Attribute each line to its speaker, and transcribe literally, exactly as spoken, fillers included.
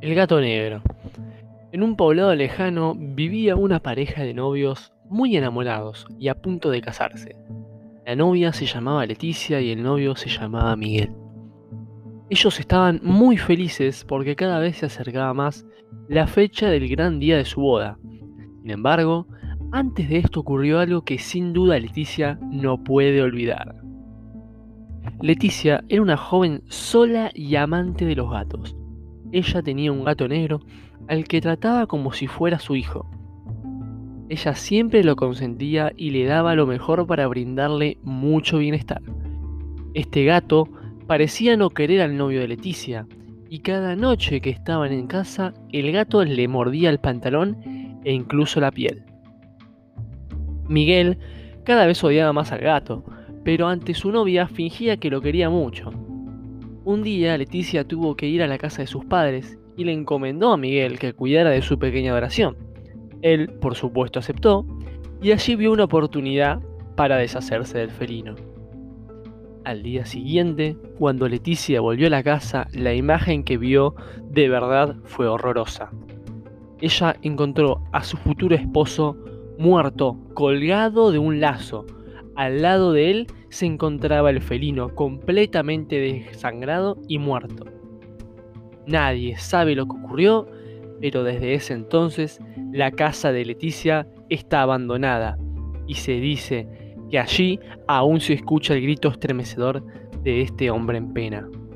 Speaker 1: El gato negro. En un poblado lejano vivía una pareja de novios muy enamorados y a punto de casarse. La novia se llamaba Leticia y el novio se llamaba Miguel. Ellos estaban muy felices porque cada vez se acercaba más la fecha del gran día de su boda. Sin embargo, antes de esto ocurrió algo que sin duda Leticia no puede olvidar. Leticia era una joven sola y amante de los gatos. Ella tenía un gato negro al que trataba como si fuera su hijo. Ella siempre lo consentía y le daba lo mejor para brindarle mucho bienestar. Este gato parecía no querer al novio de Leticia, y cada noche que estaban en casa, el gato le mordía el pantalón e incluso la piel. Miguel cada vez odiaba más al gato, pero ante su novia fingía que lo quería mucho. Un día Leticia tuvo que ir a la casa de sus padres y le encomendó a Miguel que cuidara de su pequeña adoración. Él, por supuesto, aceptó y allí vio una oportunidad para deshacerse del felino. Al día siguiente, cuando Leticia volvió a la casa, la imagen que vio de verdad fue horrorosa. Ella encontró a su futuro esposo muerto, colgado de un lazo. Al lado de él se encontraba el felino, completamente desangrado y muerto. Nadie sabe lo que ocurrió, pero desde ese entonces la casa de Leticia está abandonada y se dice que allí aún se escucha el grito estremecedor de este hombre en pena.